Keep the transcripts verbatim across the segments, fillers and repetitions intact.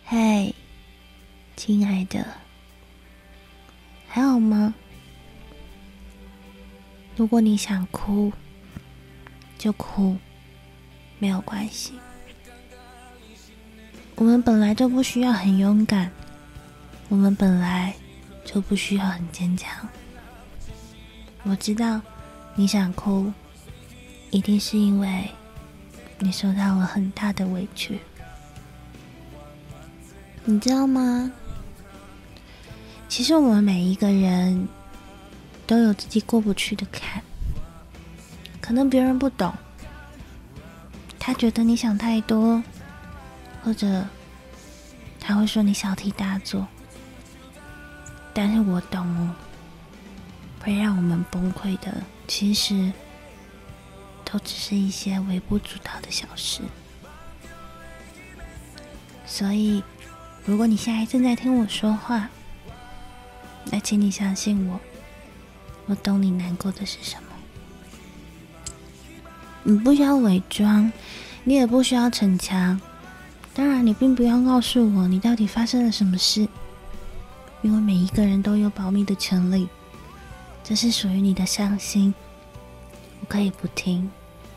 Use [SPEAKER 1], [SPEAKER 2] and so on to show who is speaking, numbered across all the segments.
[SPEAKER 1] 嘿，亲爱的，还好吗？如果你想哭，就哭，没有关系。我们本来就不需要很勇敢，我们本来就不需要很坚强。我知道你想哭，一定是因为你受到了很大的委屈。你知道吗？其实我们每一个人都有自己过不去的坎，可能别人不懂，他觉得你想太多，或者他会说你小题大做，但是我懂哦，会让我们崩溃的其实都只是一些微不足道的小事。所以如果你现在正在听我说话，那请你相信我，我懂你难过的是什么。你不需要伪装，你也不需要逞强，当然你并不要告诉我你到底发生了什么事，因为每一个人都有保密的权利，这是属于你的伤心，我可以不听。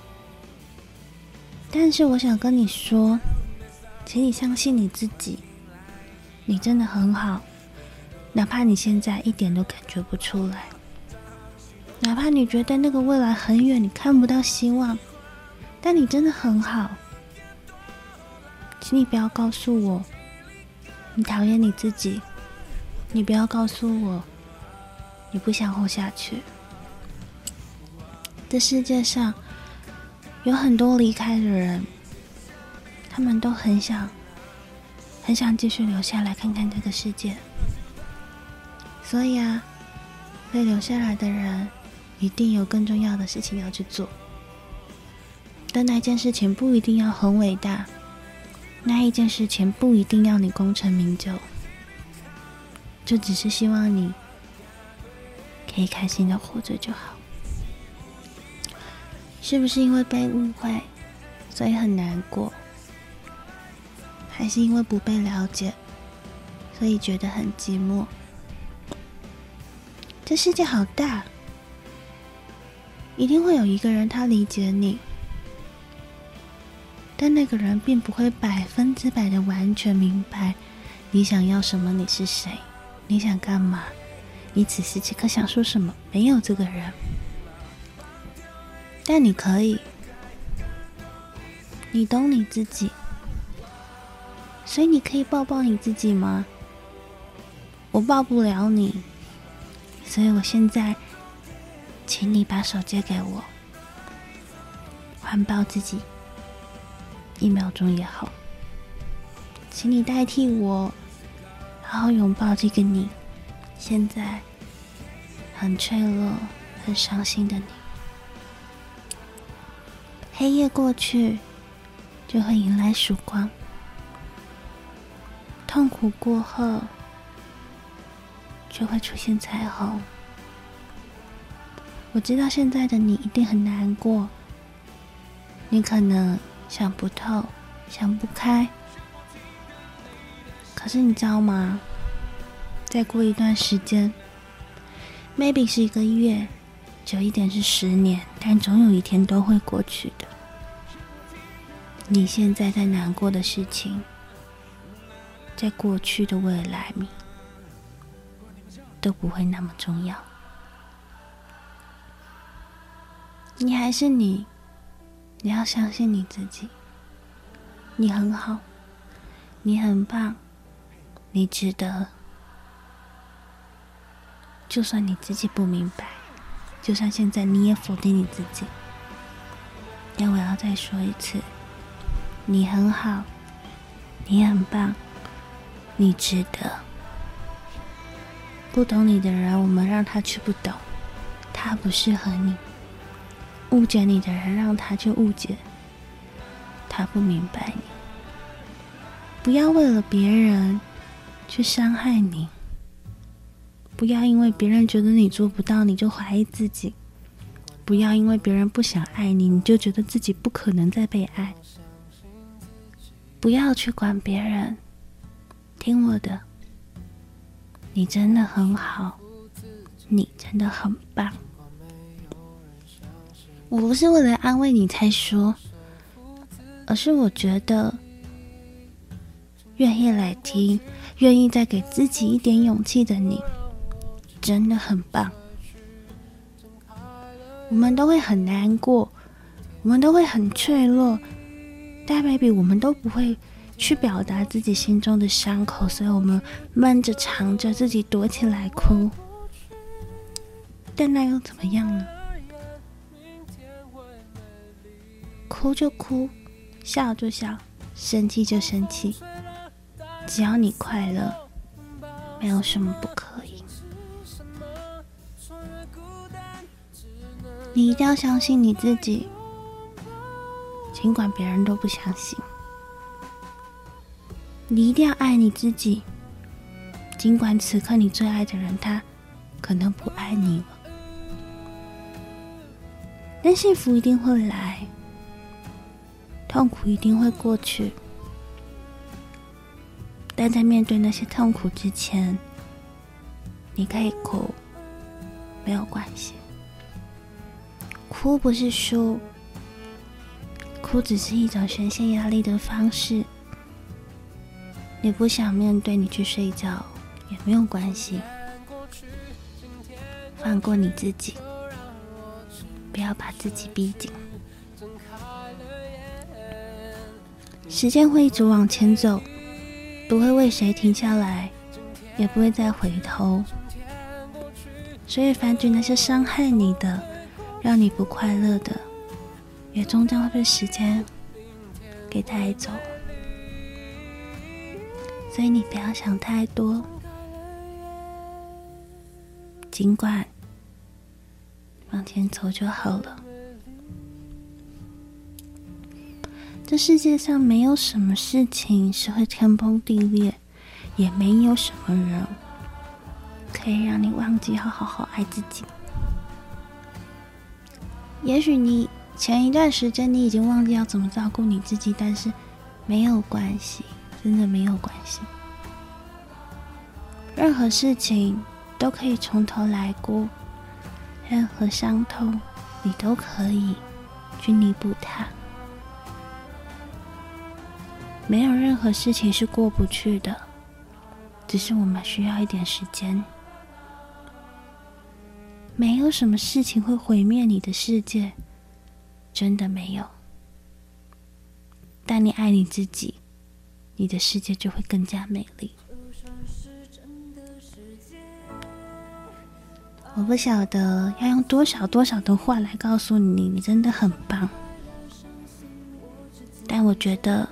[SPEAKER 1] 但是我想跟你说，请你相信你自己，你真的很好，哪怕你现在一点都感觉不出来，哪怕你觉得那个未来很远，你看不到希望，但你真的很好。请你不要告诉我你讨厌你自己，你不要告诉我你不想活下去。这世界上有很多离开的人，他们都很想很想继续留下来看看这个世界。所以啊，被留下来的人一定有更重要的事情要去做，但那件事情不一定要很伟大，那一件事情不一定要你功成名就，就只是希望你可以开心的活着就好。是不是因为被误会，所以很难过？还是因为不被了解，所以觉得很寂寞？这世界好大，一定会有一个人他理解你，但那个人并不会百分之百的完全明白你想要什么，你是谁，你想干嘛，你此时此刻想说什么，没有这个人。但你可以，你懂你自己，所以你可以抱抱你自己吗？我抱不了你，所以我现在请你把手借给我，环抱自己一秒钟也好，请你代替我，好好拥抱这个你现在很脆弱很伤心的你。黑夜过去，就会迎来曙光。痛苦过后，就会出现彩虹。我知道现在的你一定很难过，你可能想不透，想不开。可是你知道吗？再过一段时间 ，maybe 是一个月，久一点是十年，但总有一天都会过去的。你现在在难过的事情，在过去的未来里都不会那么重要。你还是你，你要相信你自己，你很好，你很棒，你值得。就算你自己不明白，就算现在你也否定你自己，但我要再说一次，你很好，你很棒，你值得。不懂你的人，我们让他去不懂，他不适合你。误解你的人，让他去误解，他不明白你。不要为了别人去伤害你，不要因为别人觉得你做不到，你就怀疑自己。不要因为别人不想爱你，你就觉得自己不可能再被爱。不要去管别人， 听我的，你真的很好，你真的很棒。我不是为了安慰你才说，而是我觉得愿意来听，愿意再给自己一点勇气的你真的很棒。我们都会很难过，我们都会很脆弱，但 maybe 我们都不会去表达自己心中的伤口，所以我们闷着藏着，自己躲起来哭。但那又怎么样呢？哭就哭，笑就笑，生气就生气，只要你快乐，没有什么不可以。你一定要相信你自己，尽管别人都不相信。你一定要爱你自己，尽管此刻你最爱的人他可能不爱你了。但幸福一定会来，痛苦一定会过去。但在面对那些痛苦之前，你可以哭，没有关系。哭不是输，哭只是一种宣泄压力的方式。你不想面对，你去睡觉也没有关系。放过你自己，不要把自己逼紧。时间会一直往前走，不会为谁停下来，也不会再回头。所以反举那些伤害你的，让你不快乐的，也终将会被时间给带走。所以你不要想太多，尽管往前走就好了。这世界上没有什么事情是会天崩地裂，也没有什么人可以让你忘记好好好爱自己。也许你前一段时间你已经忘记要怎么照顾你自己，但是没有关系，真的没有关系。任何事情都可以从头来过，任何伤痛你都可以去弥补它。没有任何事情是过不去的，只是我们需要一点时间。没有什么事情会毁灭你的世界，真的没有。但你爱你自己，你的世界就会更加美丽。我不晓得要用多少多少的话来告诉你，你真的很棒。但我觉得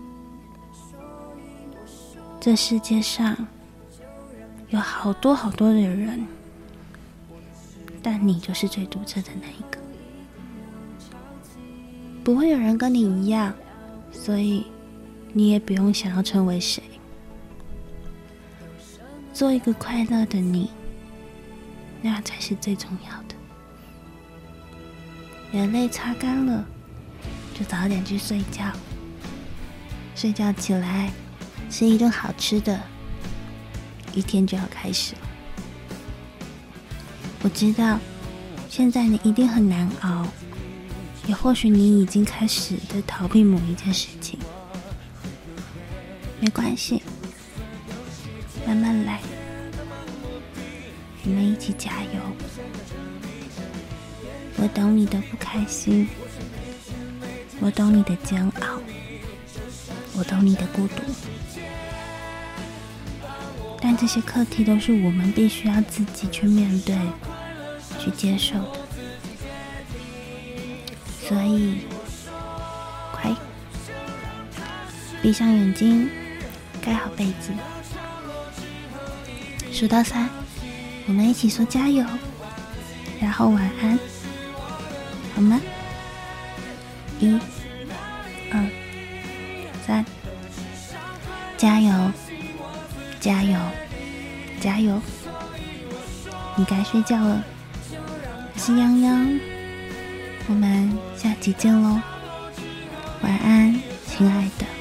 [SPEAKER 1] 这世界上有好多好多的人，但你就是最独特的那一个。不会有人跟你一样，所以你也不用想要成为谁。做一个快乐的你，那才是最重要的。眼泪擦干了，就早点去睡觉。睡觉起来，吃一顿好吃的，一天就要开始了。我知道，现在你一定很难熬，也或许你已经开始在逃避某一件事情。没关系，慢慢来，我们一起加油。我懂你的不开心，我懂你的煎熬，我懂你的孤独，但这些课题都是我们必须要自己去面对、去接受的。所以，快闭上眼睛，盖好被子，数到三，我们一起说加油，然后晚安，好吗？一、二、三，加油，加油，加油！你该睡觉了。我是泱泱，我们下集见喽，晚安，亲爱的。